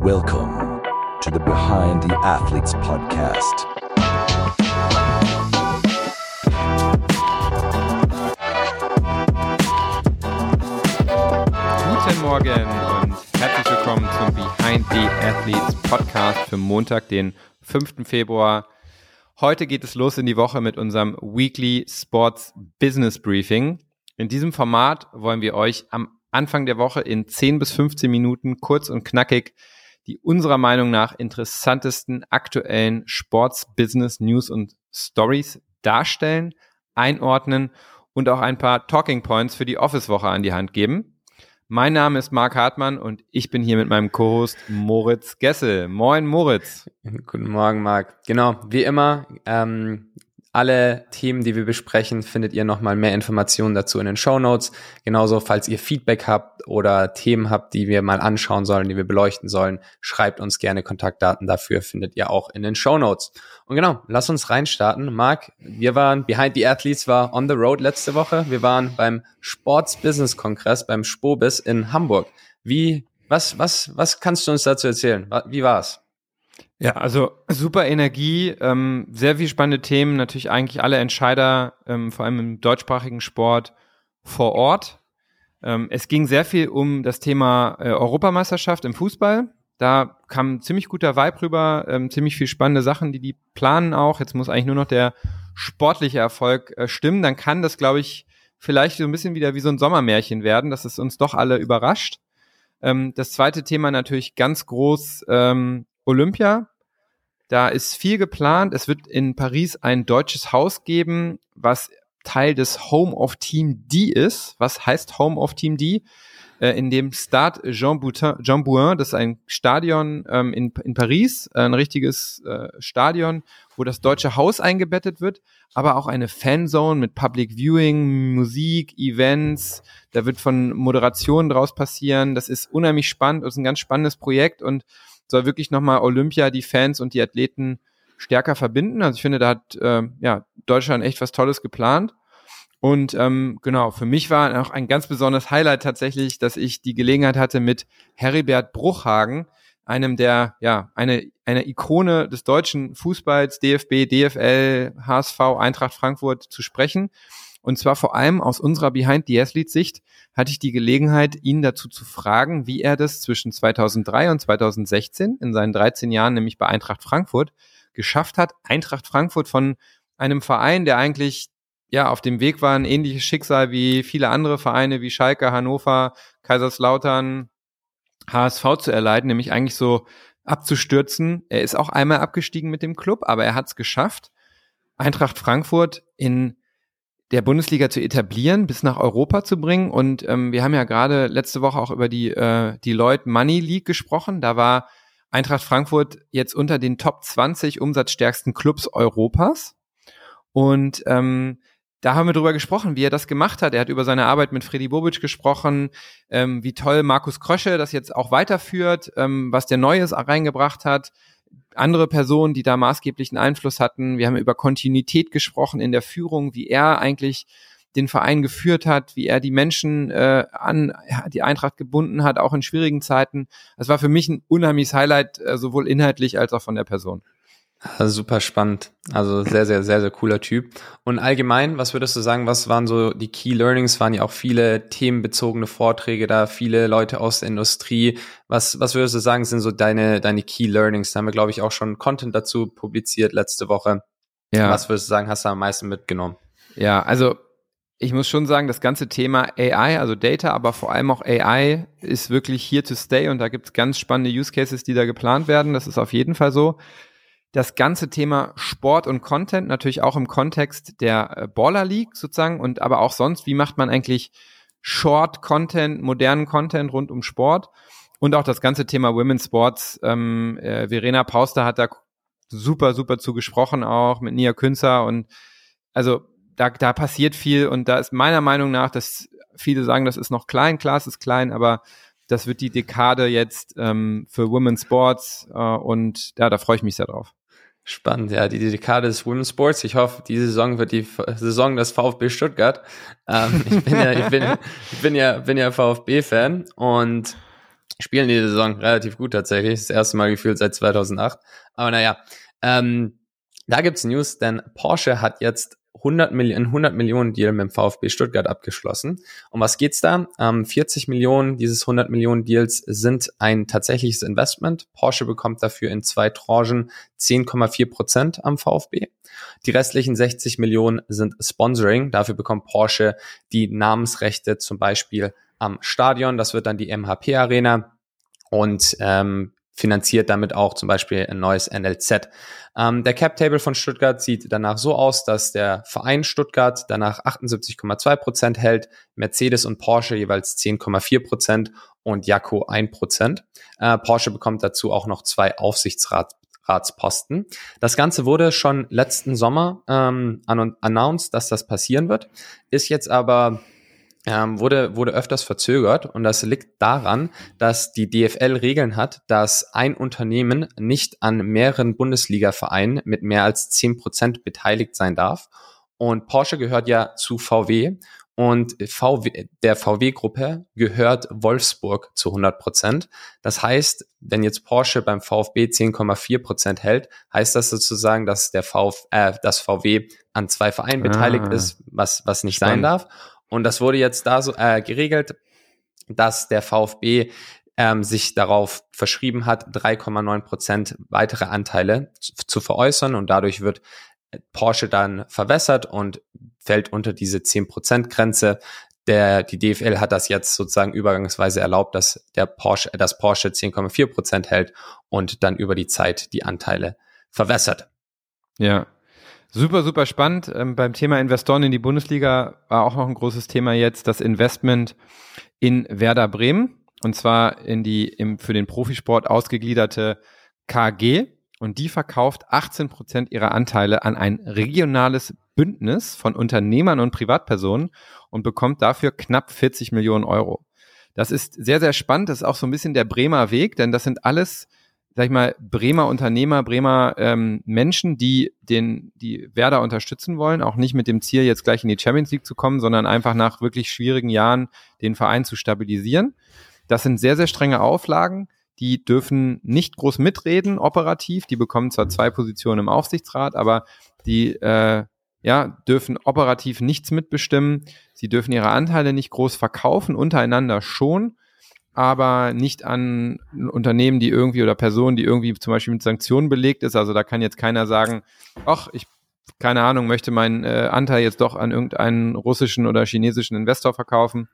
Welcome to the Behind the Athletes podcast. Guten Morgen und herzlich willkommen zum Behind the Athletes Podcast für Montag, den 5. Februar. Heute geht es los in die Woche mit unserem Weekly Sports Business Briefing. In diesem Format wollen wir euch am Anfang der Woche in 10 bis 15 Minuten kurz und knackig die unserer Meinung nach interessantesten aktuellen Sports, Business, News und Stories darstellen, einordnen und auch ein paar Talking Points für die Office-Woche an die Hand geben. Mein Name ist Marc Hartmann und ich bin hier mit meinem Co-Host Moritz Gessel. Moin Moritz. Guten Morgen Marc. Genau, wie immer, alle Themen, die wir besprechen, findet ihr nochmal mehr Informationen dazu in den Shownotes. Genauso, falls ihr Feedback habt oder Themen habt, die wir mal anschauen sollen, die wir beleuchten sollen, schreibt uns gerne Kontaktdaten dafür, findet ihr auch in den Shownotes. Und genau, lass uns reinstarten. Marc, wir waren, Behind the Athletes war on the road letzte Woche. Wir waren beim Sports Business Kongress, beim SPOBIS in Hamburg. Was kannst du uns dazu erzählen? Wie war's? Ja, also super Energie, sehr viel spannende Themen, natürlich eigentlich alle Entscheider, vor allem im deutschsprachigen Sport vor Ort. Es ging sehr viel um das Thema Europameisterschaft im Fußball. Da kam ein ziemlich guter Vibe rüber, ziemlich viel spannende Sachen, die planen auch. Jetzt muss eigentlich nur noch der sportliche Erfolg stimmen. Dann kann das, glaube ich, vielleicht so ein bisschen wieder wie so ein Sommermärchen werden, dass es uns doch alle überrascht. Das zweite Thema natürlich ganz groß, Olympia. Da ist viel geplant. Es wird in Paris ein deutsches Haus geben, was Teil des Home of Team D ist. Was heißt Home of Team D? In dem Stade Jean Bouin, das ist ein Stadion in Paris, ein richtiges Stadion, wo das deutsche Haus eingebettet wird, aber auch eine Fanzone mit Public Viewing, Musik, Events. Da wird von Moderationen draus passieren. Das ist unheimlich spannend. Das ist ein ganz spannendes Projekt und soll wirklich nochmal Olympia, die Fans und die Athleten stärker verbinden. Also ich finde, da hat Deutschland echt was Tolles geplant. Und genau, für mich war auch ein ganz besonderes Highlight tatsächlich, dass ich die Gelegenheit hatte, mit Heribert Bruchhagen, einer Ikone des deutschen Fußballs, DFB, DFL, HSV, Eintracht Frankfurt zu sprechen. Und zwar vor allem aus unserer Behind the Athletes Sicht hatte ich die Gelegenheit, ihn dazu zu fragen, wie er das zwischen 2003 und 2016 in seinen 13 Jahren, nämlich bei Eintracht Frankfurt, geschafft hat. Eintracht Frankfurt von einem Verein, der eigentlich auf dem Weg war, ein ähnliches Schicksal wie viele andere Vereine wie Schalke, Hannover, Kaiserslautern, HSV zu erleiden, nämlich eigentlich so abzustürzen. Er ist auch einmal abgestiegen mit dem Club, aber er hat es geschafft, Eintracht Frankfurt in der Bundesliga zu etablieren, bis nach Europa zu bringen. Und wir haben ja gerade letzte Woche auch über die Deloitte Money League gesprochen. Da war Eintracht Frankfurt jetzt unter den Top 20 umsatzstärksten Clubs Europas. Und da haben wir drüber gesprochen, wie er das gemacht hat. Er hat über seine Arbeit mit Freddy Bobic gesprochen, wie toll Markus Krösche das jetzt auch weiterführt, was der Neues reingebracht hat. Andere Personen, die da maßgeblichen Einfluss hatten. Wir haben über Kontinuität gesprochen in der Führung, wie er eigentlich den Verein geführt hat, wie er die Menschen an die Eintracht gebunden hat, auch in schwierigen Zeiten. Das war für mich ein unheimliches Highlight, sowohl inhaltlich als auch von der Person. Also super spannend. Also sehr, sehr, sehr, sehr cooler Typ. Und allgemein, was würdest du sagen, was waren so die Key Learnings? Waren ja auch viele themenbezogene Vorträge da, viele Leute aus der Industrie. Was würdest du sagen, sind so deine Key Learnings? Da haben wir, glaube ich, auch schon Content dazu publiziert letzte Woche. Ja. Was würdest du sagen, hast du am meisten mitgenommen? Ja, also ich muss schon sagen, das ganze Thema AI, also Data, aber vor allem auch AI ist wirklich here to stay und da gibt es ganz spannende Use Cases, die da geplant werden. Das ist auf jeden Fall so. Das ganze Thema Sport und Content, natürlich auch im Kontext der Baller League sozusagen und aber auch sonst, wie macht man eigentlich Short-Content, modernen Content rund um Sport und auch das ganze Thema Women's Sports. Verena Pauster hat da super zu gesprochen auch mit Nia Künzer und also da passiert viel und da ist meiner Meinung nach, dass viele sagen, das ist noch klein, klar, es ist klein, aber das wird die Dekade jetzt für Women's Sports und ja, da freue ich mich sehr drauf. Spannend, ja, die Dekade des Women's Sports. Ich hoffe, diese Saison wird die Saison des VfB Stuttgart. Ich bin ja VfB-Fan und spielen die Saison relativ gut tatsächlich. Das erste Mal gefühlt seit 2008. Aber naja, da gibt's News, denn Porsche hat jetzt 100 Millionen Deal mit dem VfB Stuttgart abgeschlossen. Um was geht's da? 40 Millionen dieses 100 Millionen Deals sind ein tatsächliches Investment. Porsche bekommt dafür in 2 Tranchen 10,4% am VfB. Die restlichen 60 Millionen sind Sponsoring. Dafür bekommt Porsche die Namensrechte zum Beispiel am Stadion. Das wird dann die MHP Arena und finanziert damit auch zum Beispiel ein neues NLZ. Der Cap-Table von Stuttgart sieht danach so aus, dass der Verein Stuttgart danach 78,2% hält, Mercedes und Porsche jeweils 10,4% und Jaco 1%. Porsche bekommt dazu auch noch 2 Aufsichtsratsposten. Das Ganze wurde schon letzten Sommer announced, dass das passieren wird, ist jetzt aber wurde öfters verzögert und das liegt daran, dass die DFL Regeln hat, dass ein Unternehmen nicht an mehreren Bundesliga-Vereinen mit mehr als 10% beteiligt sein darf. Und Porsche gehört ja zu VW und der VW-Gruppe gehört Wolfsburg zu 100%. Das heißt, wenn jetzt Porsche beim VfB 10,4% hält, heißt das sozusagen, dass das VW an 2 Vereinen beteiligt ist, was nicht sein darf. Und das wurde jetzt da so geregelt, dass der VfB sich darauf verschrieben hat, 3,9% weitere Anteile zu veräußern und dadurch wird Porsche dann verwässert und fällt unter diese 10%-Grenze. Die DFL hat das jetzt sozusagen übergangsweise erlaubt, dass Porsche 10,4% hält und dann über die Zeit die Anteile verwässert. Ja. Super, super spannend. Beim Thema Investoren in die Bundesliga war auch noch ein großes Thema jetzt das Investment in Werder Bremen. Und zwar in die für den Profisport ausgegliederte KG. Und die verkauft 18% ihrer Anteile an ein regionales Bündnis von Unternehmern und Privatpersonen und bekommt dafür knapp 40 Millionen Euro. Das ist sehr, sehr spannend. Das ist auch so ein bisschen der Bremer Weg, denn das sind alles, sag ich mal, Bremer Unternehmer, Bremer Menschen, die Werder unterstützen wollen, auch nicht mit dem Ziel, jetzt gleich in die Champions League zu kommen, sondern einfach nach wirklich schwierigen Jahren den Verein zu stabilisieren. Das sind sehr, sehr strenge Auflagen. Die dürfen nicht groß mitreden operativ. Die bekommen zwar 2 Positionen im Aufsichtsrat, aber die dürfen operativ nichts mitbestimmen. Sie dürfen ihre Anteile nicht groß verkaufen, untereinander schon, aber nicht an Unternehmen, die irgendwie oder Personen, die irgendwie zum Beispiel mit Sanktionen belegt ist. Also da kann jetzt keiner sagen, ach, ich, keine Ahnung, möchte meinen Anteil jetzt doch an irgendeinen russischen oder chinesischen Investor verkaufen.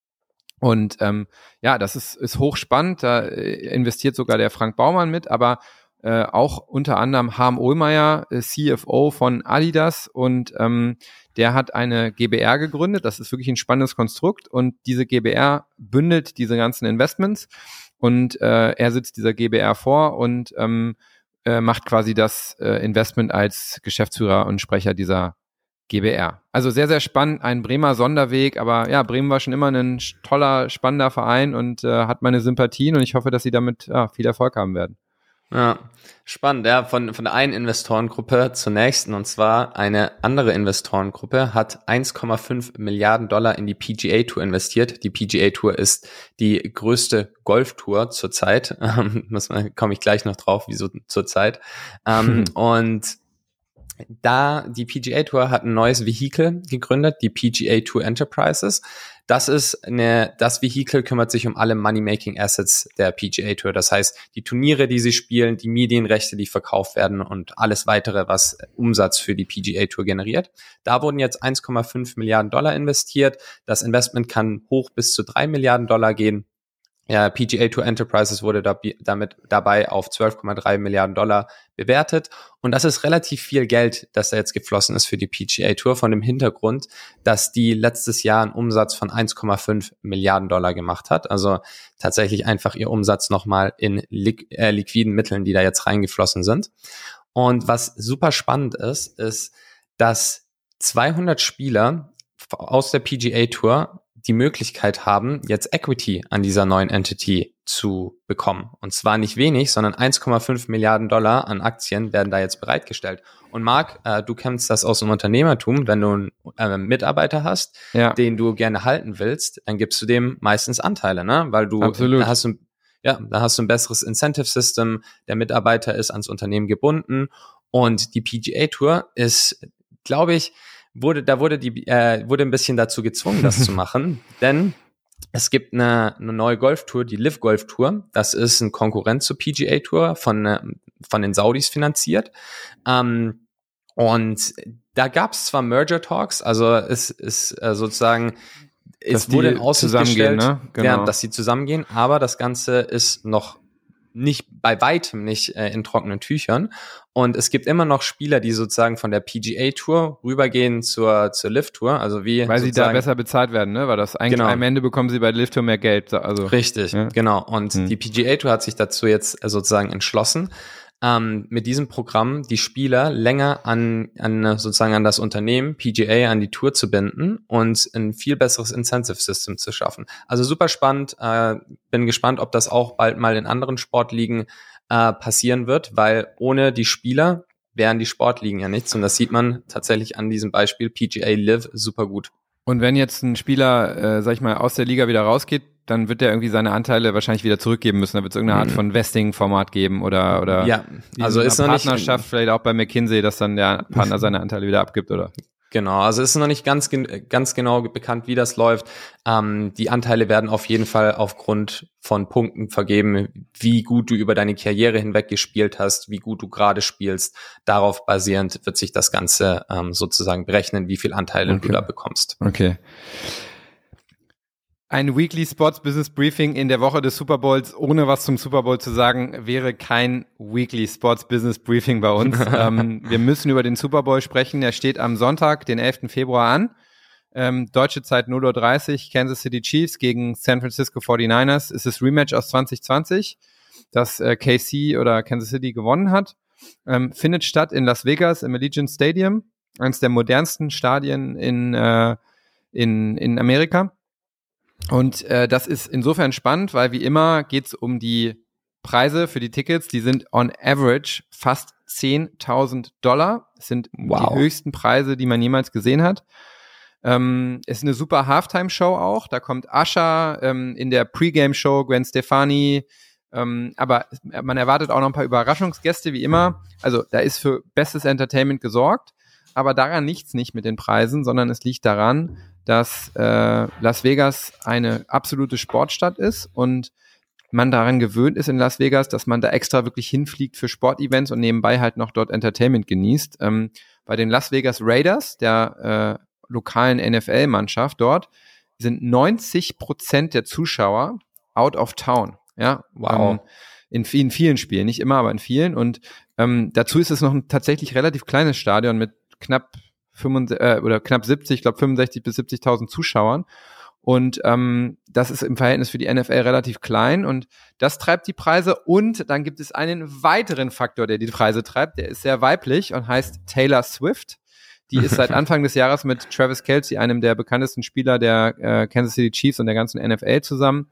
Und das ist hochspannend. Da investiert sogar der Frank Baumann mit, aber auch unter anderem Harm Ohlmeier, CFO von Adidas, und der hat eine GbR gegründet. Das ist wirklich ein spannendes Konstrukt und diese GbR bündelt diese ganzen Investments und er sitzt dieser GbR vor und macht quasi das Investment als Geschäftsführer und Sprecher dieser GbR. Also sehr, sehr spannend, ein Bremer Sonderweg, aber ja, Bremen war schon immer ein toller, spannender Verein und hat meine Sympathien und ich hoffe, dass sie damit viel Erfolg haben werden. Ja, spannend. Ja, von der einen Investorengruppe zur nächsten, und zwar eine andere Investorengruppe hat 1,5 Milliarden Dollar in die PGA Tour investiert. Die PGA Tour ist die größte Golftour zurzeit. Komme ich gleich noch drauf, wieso zurzeit. Und da die PGA Tour hat ein neues Vehikel gegründet, die PGA Tour Enterprises. Das Vehikel kümmert sich um alle Money-Making Assets der PGA Tour. Das heißt, die Turniere, die sie spielen, die Medienrechte, die verkauft werden und alles weitere, was Umsatz für die PGA Tour generiert. Da wurden jetzt 1,5 Milliarden Dollar investiert. Das Investment kann hoch bis zu 3 Milliarden Dollar gehen. Ja, PGA Tour Enterprises wurde dabei auf 12,3 Milliarden Dollar bewertet. Und das ist relativ viel Geld, das da jetzt geflossen ist für die PGA Tour, von dem Hintergrund, dass die letztes Jahr einen Umsatz von 1,5 Milliarden Dollar gemacht hat. Also tatsächlich einfach ihr Umsatz nochmal in liquiden Mitteln, die da jetzt reingeflossen sind. Und was super spannend ist, dass 200 Spieler aus der PGA Tour die Möglichkeit haben, jetzt Equity an dieser neuen Entity zu bekommen. Und zwar nicht wenig, sondern 1,5 Milliarden Dollar an Aktien werden da jetzt bereitgestellt. Und Marc, du kennst das aus dem Unternehmertum, wenn du einen Mitarbeiter hast, den du gerne halten willst, dann gibst du dem meistens Anteile, ne? Weil du hast ja, da hast du ein besseres Incentive-System, der Mitarbeiter ist ans Unternehmen gebunden und die PGA Tour ist, glaube ich, wurde ein bisschen dazu gezwungen, das zu machen, denn es gibt eine neue Golftour, die LIV Golf Tour. Das ist ein Konkurrent zur PGA Tour von den Saudis finanziert. Und da gab es zwar Merger Talks, also es ist sozusagen, es wurde in Aussicht gestellt, ne? Genau. ja, dass sie zusammengehen, aber das Ganze ist noch bei weitem nicht in trockenen Tüchern. Und es gibt immer noch Spieler, die sozusagen von der PGA Tour rübergehen zur LIV Tour, also weil sie da besser bezahlt werden, ne? Weil das eigentlich am Ende bekommen sie bei der LIV Tour mehr Geld. Also richtig, ja? Genau. Und die PGA Tour hat sich dazu jetzt sozusagen entschlossen, mit diesem Programm die Spieler länger an das Unternehmen PGA, an die Tour zu binden und ein viel besseres Incentive-System zu schaffen. Also super spannend. Bin gespannt, ob das auch bald mal in anderen Sportligen passieren wird, weil ohne die Spieler wären die Sportligen ja nichts. Und das sieht man tatsächlich an diesem Beispiel PGA LIV super gut. Und wenn jetzt ein Spieler, sag ich mal, aus der Liga wieder rausgeht, dann wird er irgendwie seine Anteile wahrscheinlich wieder zurückgeben müssen. Da wird es irgendeine Art von Vesting-Format geben oder ja, also ist noch nicht Partnerschaft, vielleicht auch bei McKinsey, dass dann der Partner seine Anteile wieder abgibt, oder? Genau, also ist noch nicht ganz genau bekannt, wie das läuft. Die Anteile werden auf jeden Fall aufgrund von Punkten vergeben, wie gut du über deine Karriere hinweg gespielt hast, wie gut du gerade spielst. Darauf basierend wird sich das Ganze sozusagen berechnen, wie viel Anteile du da bekommst. Okay. Ein Weekly Sports Business Briefing in der Woche des Super Bowls, ohne was zum Super Bowl zu sagen, wäre kein Weekly Sports Business Briefing bei uns. Wir müssen über den Super Bowl sprechen. Er steht am Sonntag, den 11. Februar an. Deutsche Zeit 0:30 Uhr, Kansas City Chiefs gegen San Francisco 49ers. Es ist Rematch aus 2020, das KC oder Kansas City gewonnen hat. Findet statt in Las Vegas im Allegiant Stadium, eines der modernsten Stadien in Amerika. Und das ist insofern spannend, weil wie immer geht es um die Preise für die Tickets. Die sind on average fast $10.000. Das sind die höchsten Preise, die man jemals gesehen hat. Ist eine super Halftime-Show auch. Da kommt Usher, in der Pre-Game-Show Gwen Stefani. Aber man erwartet auch noch ein paar Überraschungsgäste, wie immer. Also da ist für bestes Entertainment gesorgt. Aber daran liegt's nicht mit den Preisen, sondern es liegt daran, dass Las Vegas eine absolute Sportstadt ist und man daran gewöhnt ist in Las Vegas, dass man da extra wirklich hinfliegt für Sportevents und nebenbei halt noch dort Entertainment genießt. Bei den Las Vegas Raiders, der lokalen NFL-Mannschaft dort, sind 90% der Zuschauer out of town. Ja, wow. In vielen Spielen, nicht immer, aber in vielen. Und dazu ist es noch ein tatsächlich relativ kleines Stadion mit knapp 70, ich glaube 65 bis 70.000 Zuschauern. Und das ist im Verhältnis für die NFL relativ klein und das treibt die Preise. Und dann gibt es einen weiteren Faktor, der die Preise treibt. Der ist sehr weiblich und heißt Taylor Swift. Die ist seit Anfang des Jahres mit Travis Kelce, einem der bekanntesten Spieler der Kansas City Chiefs und der ganzen NFL zusammen.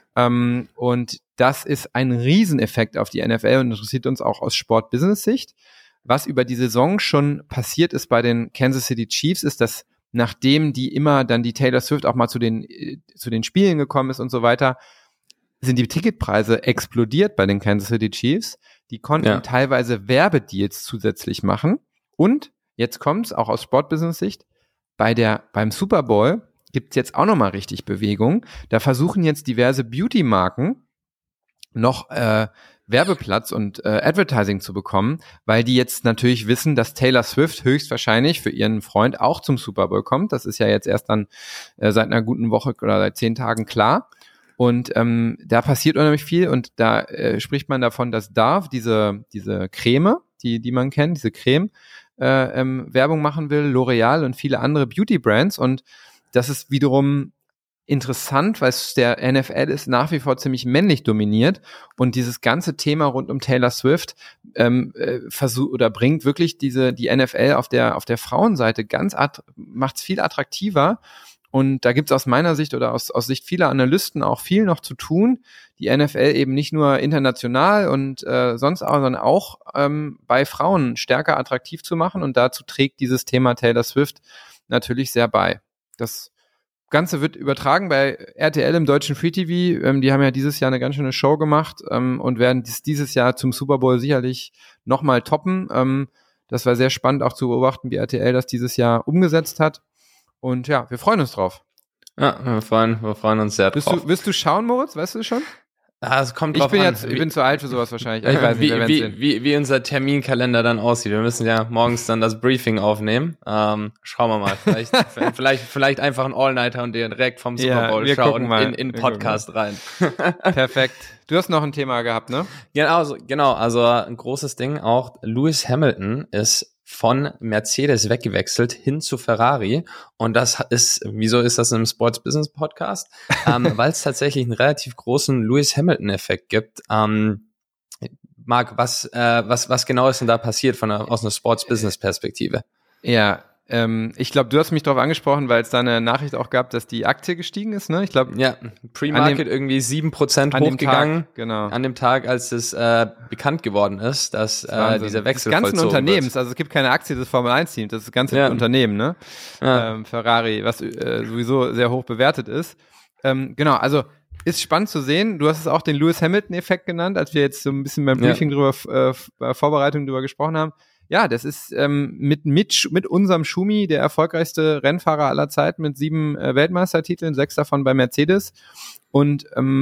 Und das ist ein Rieseneffekt auf die NFL und interessiert uns auch aus Sport-Business-Sicht. Was über die Saison schon passiert ist bei den Kansas City Chiefs, ist, dass nachdem die immer dann die Taylor Swift auch mal zu den Spielen gekommen ist und so weiter, sind die Ticketpreise explodiert bei den Kansas City Chiefs. Die konnten teilweise Werbedeals zusätzlich machen. Und jetzt kommt's auch aus Sportbusiness-Sicht, beim Super Bowl gibt's jetzt auch nochmal richtig Bewegung. Da versuchen jetzt diverse Beauty-Marken noch Werbeplatz und Advertising zu bekommen, weil die jetzt natürlich wissen, dass Taylor Swift höchstwahrscheinlich für ihren Freund auch zum Super Bowl kommt. Das ist ja jetzt erst dann seit einer guten Woche oder seit 10 Tagen klar. Und da passiert unheimlich viel und da spricht man davon, dass Dove diese Creme, die man kennt, diese Creme, Werbung machen will, L'Oreal und viele andere Beauty-Brands. Und das ist wiederum interessant, weil es der NFL ist nach wie vor ziemlich männlich dominiert und dieses ganze Thema rund um Taylor Swift bringt wirklich die NFL auf der Frauenseite macht es viel attraktiver und da gibt es aus meiner Sicht oder aus Sicht vieler Analysten auch viel noch zu tun, die NFL eben nicht nur international und sonst auch, sondern auch bei Frauen stärker attraktiv zu machen und dazu trägt dieses Thema Taylor Swift natürlich sehr bei. Das Ganze wird übertragen bei RTL im deutschen Free TV. Die haben ja dieses Jahr eine ganz schöne Show gemacht und werden dieses Jahr zum Super Bowl sicherlich nochmal toppen. Das war sehr spannend auch zu beobachten, wie RTL das dieses Jahr umgesetzt hat. Und ja, wir freuen uns drauf. Ja, wir freuen uns sehr drauf. Willst du schauen, Moritz? Weißt du schon? Es kommt drauf an. Ich bin zu alt für sowas wahrscheinlich. Ich weiß nicht, wie unser Terminkalender dann aussieht. Wir müssen ja morgens dann das Briefing aufnehmen. Schauen wir mal. Vielleicht einfach ein All-Nighter und direkt vom Super Bowl schauen in Podcast rein. Perfekt. Du hast noch ein Thema gehabt, ne? Genau. Also ein großes Ding auch. Lewis Hamilton ist von Mercedes weggewechselt hin zu Ferrari. Und wieso ist das im Sports Business Podcast? Weil es tatsächlich einen relativ großen Lewis Hamilton-Effekt gibt. Marc, was genau ist denn da passiert aus einer Sports Business Perspektive? Ja, ich glaube, du hast mich darauf angesprochen, weil es da eine Nachricht auch gab, dass die Aktie gestiegen ist, ne? Ich glaube, ja, Pre-Market irgendwie 7% hochgegangen. Genau. An dem Tag, als es bekannt geworden ist, dass dieser Wechsel des ganzen Unternehmens, wird. Also es gibt keine Aktie des Formel-1-Teams, das ist das ganze Unternehmen, ne? Ja. Ferrari, was sowieso sehr hoch bewertet ist. Genau, also ist spannend zu sehen. Du hast es auch den Lewis Hamilton-Effekt genannt, als wir jetzt so ein bisschen beim Briefing bei Vorbereitung drüber gesprochen haben. Ja, das ist mit unserem Schumi der erfolgreichste Rennfahrer aller Zeiten mit 7 Weltmeistertiteln, 6 davon bei Mercedes. Und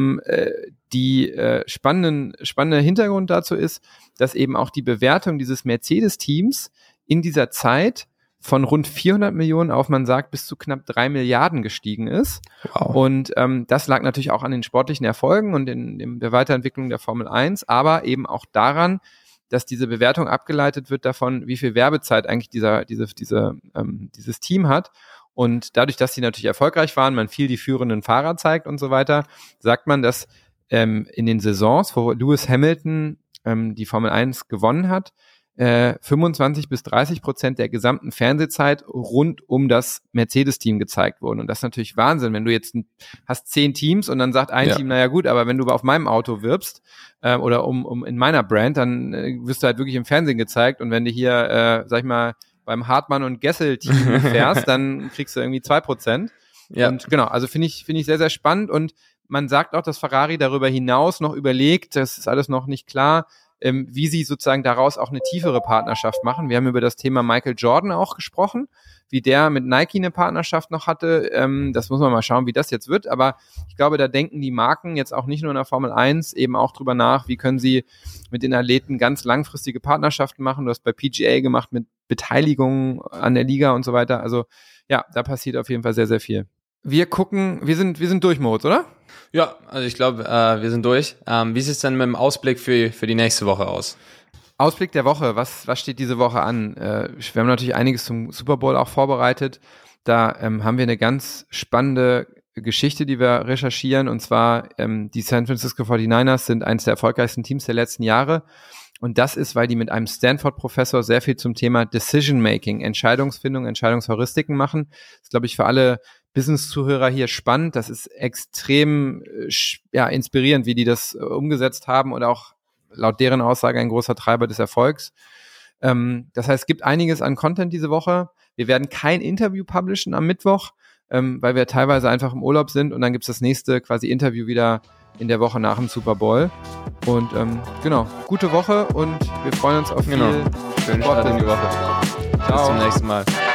die spannende Hintergrund dazu ist, dass eben auch die Bewertung dieses Mercedes-Teams in dieser Zeit von rund 400 Millionen auf, man sagt, bis zu knapp 3 Milliarden gestiegen ist. Wow. Und das lag natürlich auch an den sportlichen Erfolgen und in der Weiterentwicklung der Formel 1, aber eben auch daran, dass diese Bewertung abgeleitet wird davon, wie viel Werbezeit eigentlich dieses Team hat. Und dadurch, dass sie natürlich erfolgreich waren, man viel die führenden Fahrer zeigt und so weiter, sagt man, dass in den Saisons, wo Lewis Hamilton die Formel 1 gewonnen hat, 25-30% der gesamten Fernsehzeit rund um das Mercedes-Team gezeigt wurden. Und das ist natürlich Wahnsinn, wenn du jetzt hast 10 Teams und dann sagt ein Team, naja gut, aber wenn du auf meinem Auto wirbst oder um in meiner Brand, dann wirst du halt wirklich im Fernsehen gezeigt. Und wenn du hier, sag ich mal, beim Hartmann und Gessel-Team fährst, dann kriegst du irgendwie 2%. Ja. Und genau, also finde ich sehr, sehr spannend. Und man sagt auch, dass Ferrari darüber hinaus noch überlegt, das ist alles noch nicht klar, wie sie sozusagen daraus auch eine tiefere Partnerschaft machen. Wir haben über das Thema Michael Jordan auch gesprochen, wie der mit Nike eine Partnerschaft noch hatte. Das muss man mal schauen, wie das jetzt wird. Aber ich glaube, da denken die Marken jetzt auch nicht nur in der Formel 1 eben auch drüber nach, wie können sie mit den Athleten ganz langfristige Partnerschaften machen. Du hast bei PGA gemacht mit Beteiligung an der Liga und so weiter. Also ja, da passiert auf jeden Fall sehr, sehr viel. Wir sind durch, Moritz, oder? Ja, also ich glaube, wir sind durch. Wie sieht es denn mit dem Ausblick für die nächste Woche aus? Ausblick der Woche, was steht diese Woche an? Wir haben natürlich einiges zum Super Bowl auch vorbereitet. Da haben wir eine ganz spannende Geschichte, die wir recherchieren. Und zwar die San Francisco 49ers sind eines der erfolgreichsten Teams der letzten Jahre. Und das ist, weil die mit einem Stanford-Professor sehr viel zum Thema Decision-Making, Entscheidungsfindung, Entscheidungsheuristiken machen. Das ist, glaube ich, für alle Business-Zuhörer hier spannend. Das ist extrem inspirierend, wie die das umgesetzt haben und auch laut deren Aussage ein großer Treiber des Erfolgs. Das heißt, es gibt einiges an Content diese Woche. Wir werden kein Interview publishen am Mittwoch, weil wir teilweise einfach im Urlaub sind und dann gibt's das nächste quasi Interview wieder in der Woche nach dem Super Bowl. Und genau, gute Woche und wir freuen uns auf viel Schönen Start in die Woche. Ciao. Bis zum nächsten Mal.